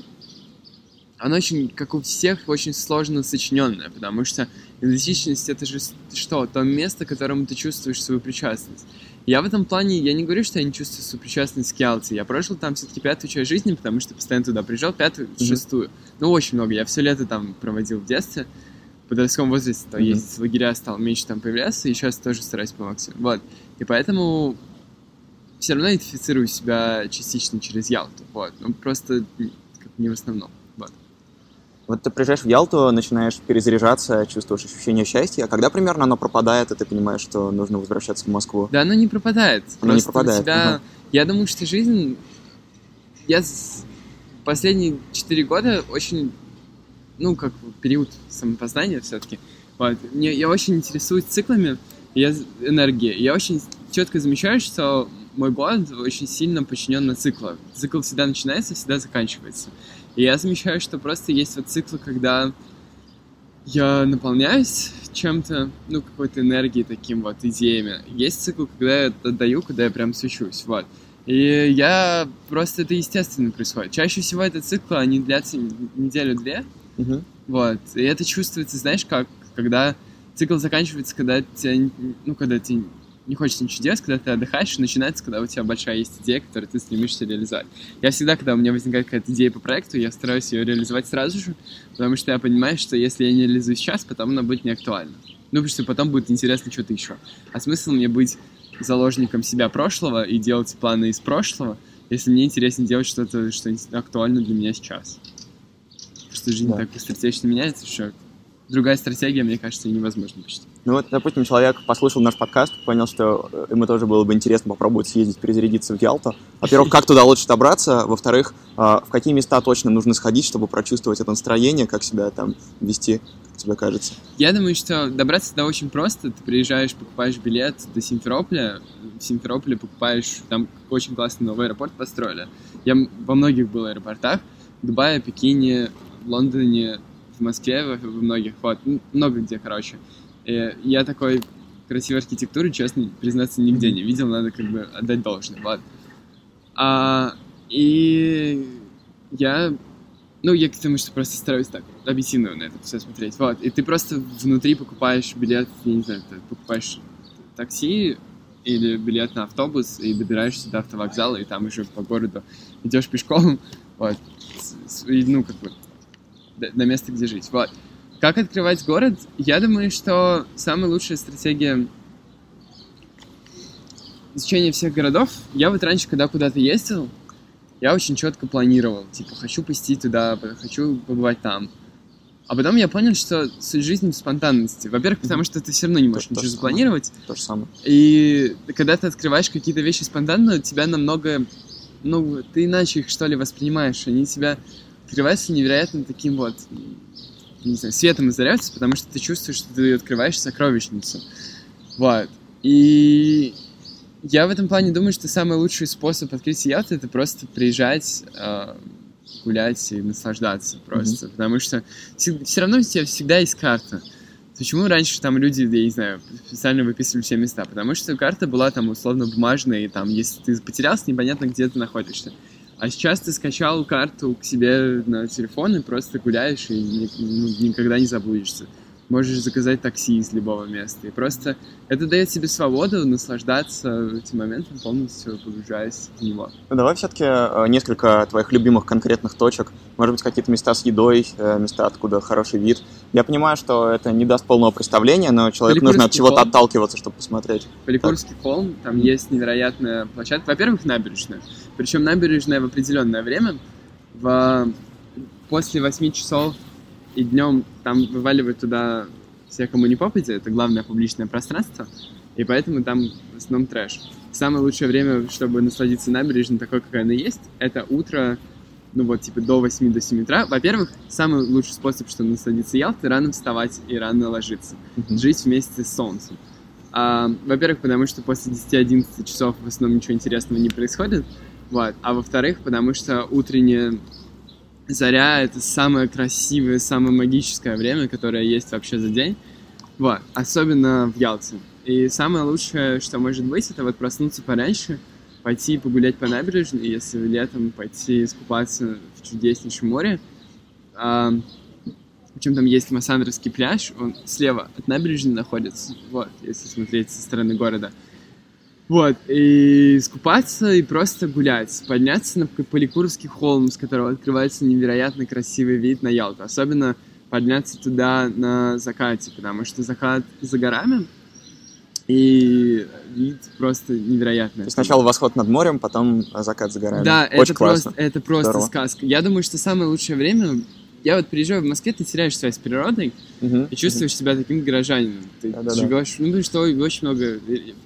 она очень, как у всех, очень сложно сочиненная, потому что идентичность — это же что? То место, к которому ты чувствуешь свою причастность. Я в этом плане, я не говорю, что я не чувствую свою причастность к Ялте. Я прожил там все-таки пятую часть жизни, потому что постоянно туда приезжал, пятую, mm-hmm. шестую. Ну, очень много. Я все лето там проводил в детстве. В подростковом возрасте там, mm-hmm. ездить в лагеря стал меньше там появляться, и сейчас тоже стараюсь по максимуму. Вот. И поэтому все равно идентифицирую себя частично через Ялту. Вот. Ну, просто как не в основном. Вот. Вот ты приезжаешь в Ялту, начинаешь перезаряжаться, чувствуешь ощущение счастья. А когда примерно оно пропадает, и ты понимаешь, что нужно возвращаться в Москву? Да, оно не пропадает. Оно Просто не пропадает. У тебя... Ага. Я думаю, что жизнь... Я последние четыре года очень... Ну, как период самопознания все-таки. Вот. Мне... Я очень интересуюсь циклами я... энергии. Я очень четко замечаю, что мой год очень сильно подчинен на циклы. Цикл всегда начинается, всегда заканчивается. И я замечаю, что просто есть вот циклы, когда я наполняюсь чем-то, ну, какой-то энергией, таким вот, идеями. Есть цикл, когда я отдаю, когда я прям свечусь, вот. И я просто это естественно происходит. Чаще всего это циклы, они длятся неделю-две. Угу. Вот. И это чувствуется, знаешь, как, когда цикл заканчивается, когда тебе, ну, когда тебе не хочется ничего делать, когда ты отдыхаешь, и начинается, когда у тебя большая есть идея, которую ты стремишься реализовать. Я всегда, когда у меня возникает какая-то идея по проекту, я стараюсь ее реализовать сразу же, потому что я понимаю, что если я не реализую сейчас, потом она будет не актуальна. Ну, потому что потом будет интересно что-то еще. А смысл мне быть заложником себя прошлого и делать планы из прошлого, если мне интересно делать что-то, что актуально для меня сейчас. Потому что жизнь Да. так быстротечно меняется, что другая стратегия, мне кажется, невозможна почти. Ну вот, допустим, человек послушал наш подкаст, понял, что ему тоже было бы интересно попробовать съездить, перезарядиться в Ялту. Во-первых, как туда лучше добраться? Во-вторых, в какие места точно нужно сходить, чтобы прочувствовать это настроение, как себя там вести, как тебе кажется? Я думаю, что добраться туда очень просто. Ты приезжаешь, покупаешь билет до Симферополя. В Симферополе покупаешь... Там очень классный новый аэропорт построили. Я во многих был аэропортах. В Дубае, Пекине, в Лондоне, в Москве, во многих. Вот. Много где, короче. И я такой красивой архитектуры, честно признаться, нигде не видел. Надо как бы отдать должное. Вот. А, и я... Ну, я к тому, что просто стараюсь так объективно на это все смотреть. Вот. И ты просто внутри покупаешь билет, я не знаю, ты покупаешь такси или билет на автобус и добираешься до автовокзала, и там уже по городу идешь пешком, вот, и, ну, как бы, до, до места, где жить. Вот. Как открывать город? Я думаю, что самая лучшая стратегия изучения всех городов. Я вот раньше, когда куда-то ездил, я очень четко планировал, типа, хочу посетить туда, хочу побывать там. А потом я понял, что суть жизни в спонтанности. Во-первых, потому что ты все равно не можешь То- то ничего же запланировать. То же самое. И когда ты открываешь какие-то вещи спонтанно, у тебя намного... Ну, ты иначе их, что ли, воспринимаешь. Они тебя открываются невероятно таким вот... Не знаю, светом озаряются, потому что ты чувствуешь, что ты открываешь сокровищницу. Вот. И... Я в этом плане думаю, что самый лучший способ открыть Ялту — это просто приезжать, э, гулять и наслаждаться просто. Mm-hmm. Потому что все, все равно у тебя всегда есть карта. Почему раньше там люди, я не знаю, специально выписывали все места? Потому что карта была там условно бумажная, и там, если ты потерялся, непонятно, где ты находишься. А сейчас ты скачал карту к себе на телефон и просто гуляешь, и ну, никогда не заблудишься. Можешь заказать такси из любого места. И просто это дает тебе свободу наслаждаться этим моментом, полностью погружаясь в него. Ну, давай все-таки несколько твоих любимых конкретных точек. Может быть, какие-то места с едой, места, откуда хороший вид. Я понимаю, что это не даст полного представления, но человеку нужно от чего-то холм. отталкиваться, чтобы посмотреть. Поликурский холм, там есть невероятная площадка. Во-первых, набережная. Причем набережная в определенное время. В... После восьми часов и днем там вываливают туда все, кому не попадет, это главное публичное пространство, и поэтому там в основном трэш. Самое лучшее время, чтобы насладиться набережной такой, какая она есть, это утро, ну вот, типа до восьми, до семи утра. Во-первых, самый лучший способ, чтобы насладиться Ялтой, рано вставать и рано ложиться. Mm-hmm. Жить вместе с солнцем. А, во-первых, потому что после десяти-одиннадцати часов в основном ничего интересного не происходит. Вот. А во-вторых, потому что утренняя заря — это самое красивое, самое магическое время, которое есть вообще за день. Вот. Особенно в Ялте. И самое лучшее, что может быть, это вот проснуться пораньше, пойти погулять по набережной, и если летом пойти искупаться в чудеснейшем море. А, причем там есть Массандровский пляж, он слева от набережной находится, вот, если смотреть со стороны города. Вот, и искупаться, и просто гулять, подняться на Поликурский холм, с которого открывается невероятно красивый вид на Ялту. Особенно подняться туда на закате, потому что закат за горами, и вид просто невероятный. То есть сначала восход над морем, потом закат за горами. Да, очень это классно. просто, это просто Здорово. сказка. Я думаю, что самое лучшее время... Я вот приезжаю в Москве, ты теряешь связь с природой uh-huh. и чувствуешь uh-huh. себя таким горожанином. Ты Да-да-да. живешь... Ну, потому что очень много...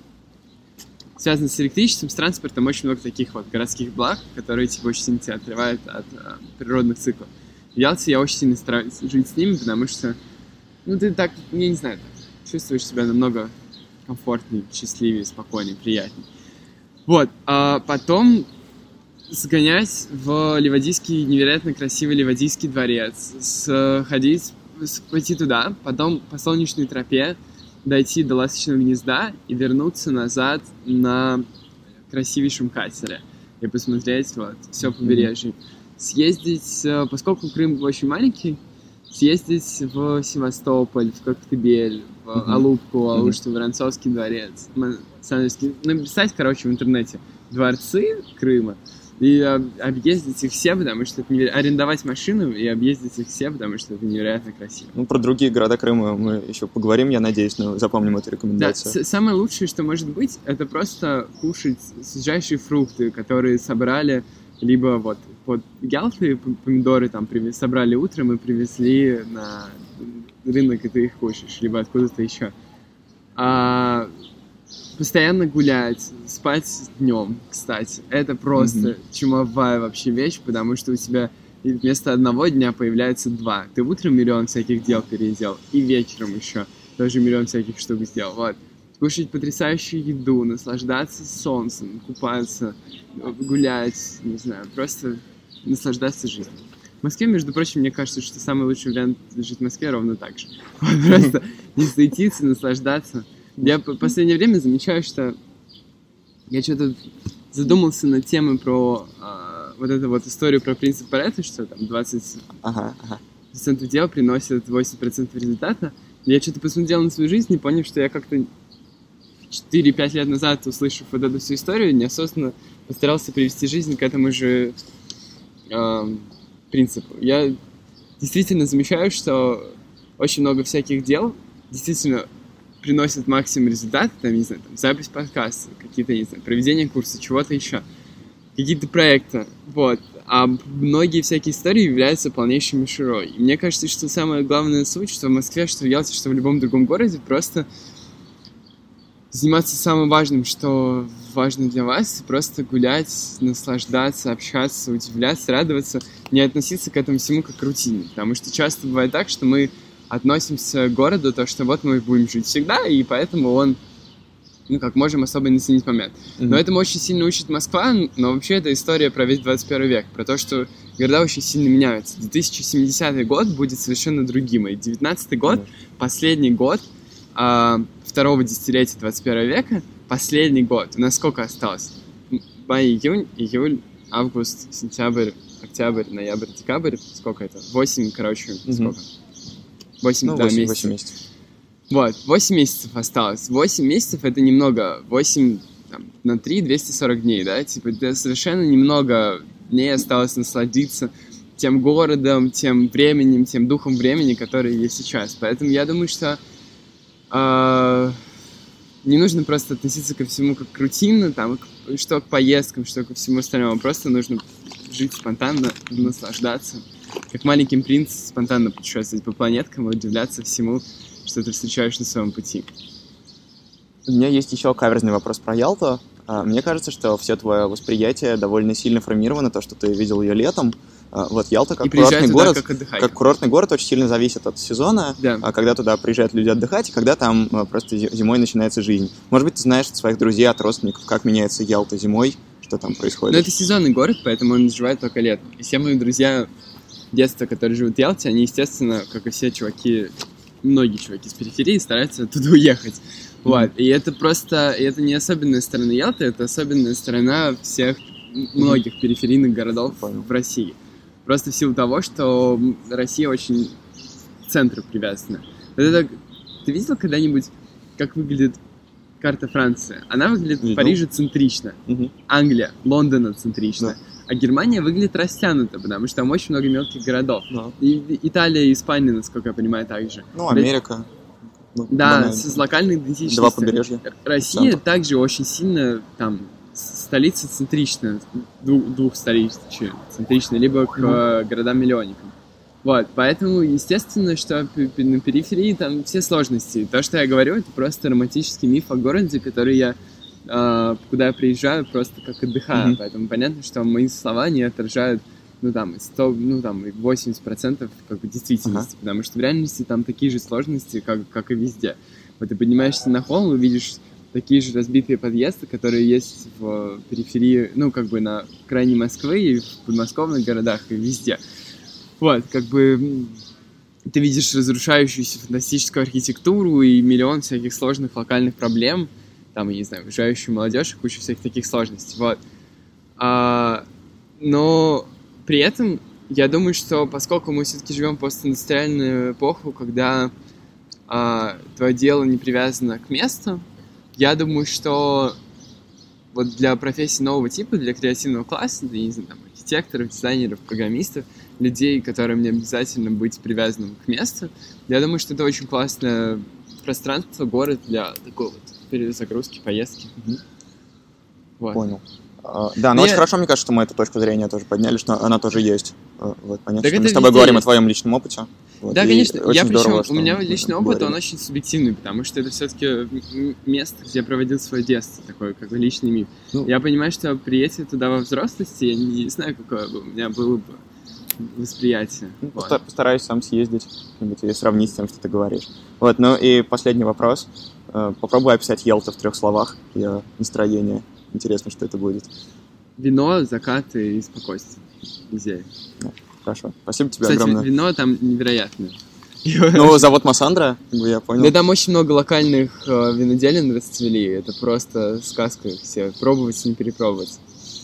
Связано с электричеством, с транспортом, очень много таких вот городских благ, которые типа очень сильно тебя отрывают от а, природных циклов. В Ялте я очень сильно стараюсь жить с ними, потому что, ну, ты так, я не знаю, чувствуешь себя намного комфортнее, счастливее, спокойнее, приятнее. Вот, а потом сгонять в Ливадийский, невероятно красивый Ливадийский дворец, сходить, пойти туда, потом по солнечной тропе дойти до Ласточного гнезда и вернуться назад на красивейшем катере. и посмотреть вот все побережье. Съездить, поскольку Крым очень маленький, съездить в Севастополь, в Коктебель, в uh-huh. Алупку, Алушту, uh-huh. Воронцовский дворец, Александровский, написать, короче, в интернете дворцы Крыма и объездить их все, потому что это невероятно... арендовать машину и объездить их все, потому что это невероятно красиво. Ну, про другие города Крыма мы еще поговорим, я надеюсь, но запомним эту рекомендацию. Да, самое лучшее, что может быть, это просто кушать свежайшие фрукты, которые собрали либо вот под Ялты, помидоры там привез, собрали утром и привезли на рынок, и ты их кушаешь, либо откуда-то еще. А постоянно гулять, спать днем, кстати, это просто mm-hmm. чумовая вообще вещь, потому что у тебя вместо одного дня появляется два. Ты утром миллион всяких дел переделал, и вечером еще тоже миллион всяких штук сделал. Вот. Кушать потрясающую еду, наслаждаться солнцем, купаться, гулять, не знаю, просто наслаждаться жизнью. В Москве, между прочим, мне кажется, что самый лучший вариант жить в Москве ровно так же. Просто не суетиться, наслаждаться. Я в последнее время замечаю, что я что-то задумался над темой про а, вот эту вот историю про принцип Парето, что там двадцать процентов ага, ага. дел приносит восемьдесят процентов результата. Я что-то посмотрел на свою жизнь и понял, что я как-то четыре-пять лет назад, услышав вот эту всю историю, неосознанно постарался привести жизнь к этому же э, принципу. Я действительно замечаю, что очень много всяких дел действительно приносят максимум результата, там, не знаю, там, запись подкаста, какие-то, не знаю, проведение курса, чего-то еще, какие-то проекты, вот. А многие всякие истории являются полнейшей мишурой. И мне кажется, что самая главная суть, что в Москве, что в Ялте, что в любом другом городе, просто заниматься самым важным, что важно для вас, просто гулять, наслаждаться, общаться, удивляться, радоваться, не относиться к этому всему как к рутине. Потому что часто бывает так, что мы относимся к городу, то, что вот мы будем жить всегда, и поэтому он, ну, как можем особо не ценить момент. Mm-hmm. Но этому очень сильно учит Москва, но вообще это история про весь двадцать первый век, про то, что города очень сильно меняются. две тысячи семидесятый год будет совершенно другим, и девятнадцатый год, mm-hmm. последний год а, второго десятилетия двадцать первого века, последний год. У нас сколько осталось? Май, июнь, июль, август, сентябрь, октябрь, ноябрь, декабрь. Сколько это? Восемь, короче, mm-hmm. сколько? Восемь, ну, да, восемь, месяцев. восемь месяцев. Вот, восемь месяцев осталось. восемь месяцев — это немного. восемь там, на три — двести сорок дней, да? Типа, это совершенно немного дней осталось насладиться тем городом, тем временем, тем духом времени, который есть сейчас. Поэтому я думаю, что э, не нужно просто относиться ко всему как к рутинно, там, к, что к поездкам, что ко всему остальному. Просто нужно жить спонтанно, наслаждаться. Как маленький принц, спонтанно путешествовать по планеткам и удивляться всему, что ты встречаешь на своем пути. У меня есть еще каверзный вопрос про Ялту. Мне кажется, что все твое восприятие довольно сильно формировано, то, что ты видел ее летом. Вот Ялта как курортный город, как, как курортный город очень сильно зависит от сезона, да. Когда туда приезжают люди отдыхать, и когда там просто зимой начинается жизнь. Может быть, ты знаешь от своих друзей, от родственников, как меняется Ялта зимой, что там происходит? Ну, это сезонный город, поэтому он живет только летом. И все мои друзья детства, которые живут в Ялте, они, естественно, как и все чуваки, многие чуваки с периферии, стараются оттуда уехать. Mm-hmm. Вот. И это просто, и это не особенная сторона Ялты, это особенная сторона всех, многих mm-hmm. периферийных городов mm-hmm. в России. Просто в силу того, что Россия очень к центру привязана. Вот это, ты видел когда-нибудь, как выглядит карта Франции? Она выглядит в Париже центрично, mm-hmm. Англия, Лондона центрично. Mm-hmm. А Германия выглядит растянуто, потому что там очень много мелких городов. No. И Италия и Испания, насколько я понимаю, также. Ну, Америка. Ну, да, банально. С локальной идентичностью. Два побережья. Россия центр. Также очень сильно, там, столица центричная, двух, двух столиц центричная, либо к mm-hmm. городам-миллионникам. Вот, поэтому, естественно, что на периферии там все сложности. То, что я говорю, это просто романтический миф о городе, который я... куда я приезжаю просто как отдыхаю, mm-hmm. поэтому понятно, что мои слова не отражают, ну там, сто, ну там, восемьдесят процентов как бы действительности, uh-huh. потому что в реальности там такие же сложности, как, как и везде. Вот ты поднимаешься на холм и видишь такие же разбитые подъезды, которые есть в периферии, ну как бы на крайне Москвы и в подмосковных городах и везде. Вот, как бы ты видишь разрушающуюся фантастическую архитектуру и миллион всяких сложных локальных проблем, там, я не знаю, уезжающую молодежь и кучу всяких таких сложностей, вот. А, но при этом я думаю, что поскольку мы все-таки живем в постиндустриальную эпоху, когда а, твое дело не привязано к месту, я думаю, что вот для профессий нового типа, для креативного класса, для, не знаю, там, архитекторов, дизайнеров, программистов, людей, которым не обязательно быть привязанным к месту, я думаю, что это очень классное пространство, город для такой вот перезагрузки, поездки. Мгм. Вот. Понял. А, да, но Ну, очень я- хорошо, мне кажется, что мы эту точку зрения тоже подняли, что она тоже есть. А, Вот, понятно, Так что мы это с тобой везде говорим о есть. твоем личном опыте. Вот, Да, и конечно. очень Я здорово, причем, что у меня мы личный опыт, говорили. он очень субъективный, потому что это все-таки место, где я проводил свое детство, такой как бы личный миф. Ну. Я понимаю, что приятие туда во взрослости, я не знаю, какое бы у меня было бы восприятие. Ну, Вот. поста- Постараюсь сам съездить как-нибудь и сравнить с тем, что ты говоришь. Вот, ну и последний вопрос. Э, Попробуй описать Ялту в трех словах, ее настроение. Интересно, что это будет. Вино, закаты и спокойствие. Идея. Хорошо. Спасибо тебе Кстати, огромное. вино там невероятное. Ну, завод Массандра, как бы я понял. Да там очень много локальных э, виноделин расцвели. Это просто сказка все. Пробовать и не перепробовать.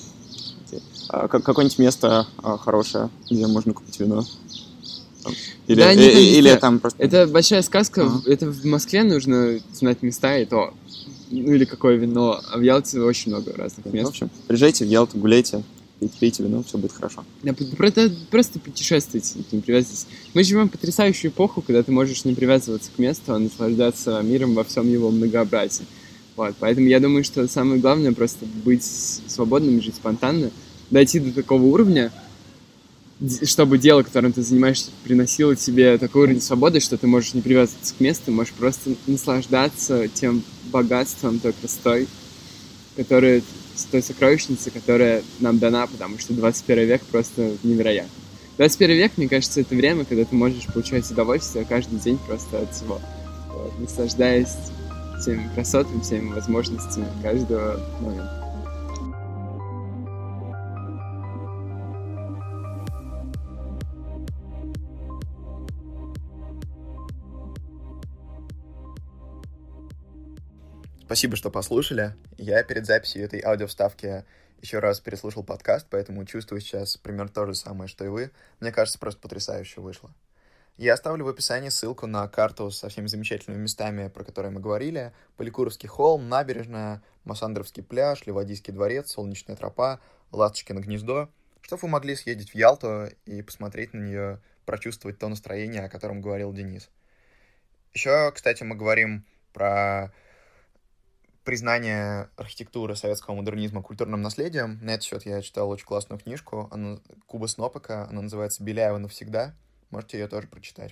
А как- какое-нибудь место а, хорошее, где можно купить вино? Там. Или, Да, они и- там и- или везде. там просто... Это большая сказка. Ага. Это в Москве нужно знать места и то. Ну или какое вино. А в Ялте очень много разных В мест. общем, приезжайте в Ялту, гуляйте, пейте, пейте вино, все будет хорошо. Да, п- просто, просто путешествуйте, не привязывайтесь. Мы живем в потрясающую эпоху, когда ты можешь не привязываться к месту, а наслаждаться миром во всем его многообразии. Вот, поэтому я думаю, что самое главное просто быть свободным, жить спонтанно, дойти до такого уровня, д- чтобы дело, которым ты занимаешься, приносило тебе такой уровень свободы, что ты можешь не привязываться к месту, можешь просто наслаждаться тем богатством, той красотой, которая, с той сокровищницей, которая нам дана, потому что двадцать первый век просто невероятно. двадцать первый век, мне кажется, это время, когда ты можешь получать удовольствие каждый день просто от всего, вот, наслаждаясь всеми красотами, всеми возможностями каждого момента. Спасибо, что послушали. Я перед записью этой аудиовставки еще раз переслушал подкаст, поэтому чувствую сейчас примерно то же самое, что и вы. Мне кажется, просто потрясающе вышло. Я оставлю в описании ссылку на карту со всеми замечательными местами, про которые мы говорили. Поликуровский холм, набережная, Массандровский пляж, Ливадийский дворец, Солнечная тропа, Ласточкино гнездо. Чтобы вы могли съездить в Ялту и посмотреть на нее, прочувствовать то настроение, о котором говорил Денис. Еще, кстати, мы говорим про признание архитектуры советского модернизма культурным наследием. На этот счет я читал очень классную книжку она, Куба Снопака. Она называется «Беляева навсегда». Можете ее тоже прочитать.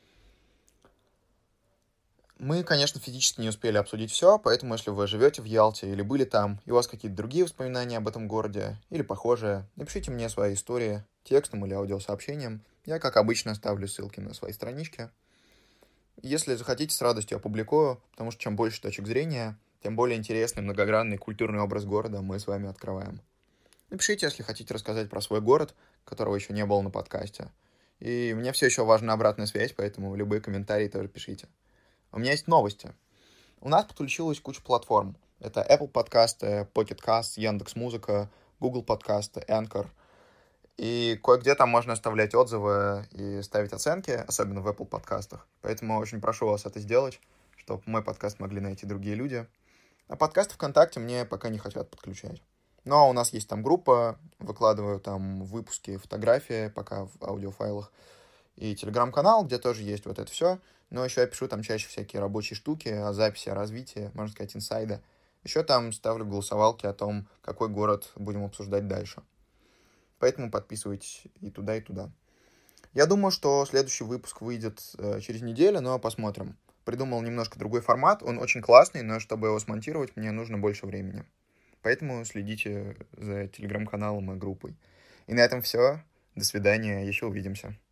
Мы, конечно, физически не успели обсудить все, поэтому если вы живете в Ялте или были там, и у вас какие-то другие воспоминания об этом городе, или похожие, напишите мне свои истории текстом или аудиосообщением. Я, как обычно, оставлю ссылки на свои странички. Если захотите, с радостью опубликую, потому что чем больше точек зрения, тем более интересный, многогранный культурный образ города мы с вами открываем. Напишите, если хотите рассказать про свой город, которого еще не было на подкасте. И мне все еще важна обратная связь, поэтому любые комментарии тоже пишите. У меня есть новости. У нас подключилась куча платформ. Это Apple подкасты, Pocket Cast, Яндекс.Музыка, Google подкасты, Anchor. И кое-где там можно оставлять отзывы и ставить оценки, особенно в Apple подкастах. Поэтому очень прошу вас это сделать, чтобы мой подкаст могли найти другие люди. А подкасты ВКонтакте мне пока не хотят подключать. Но у нас есть там группа, выкладываю там выпуски, фотографии пока в аудиофайлах. И телеграм-канал, где тоже есть вот это все. Но еще я пишу там чаще всякие рабочие штуки о записи, о развитии, можно сказать, инсайда. Еще там ставлю голосовалки о том, какой город будем обсуждать дальше. Поэтому подписывайтесь и туда, и туда. Я думаю, что следующий выпуск выйдет э, через неделю, но посмотрим. Придумал немножко другой формат, он очень классный, но чтобы его смонтировать, мне нужно больше времени. Поэтому следите за телеграм-каналом и группой. И на этом все. До свидания, еще увидимся.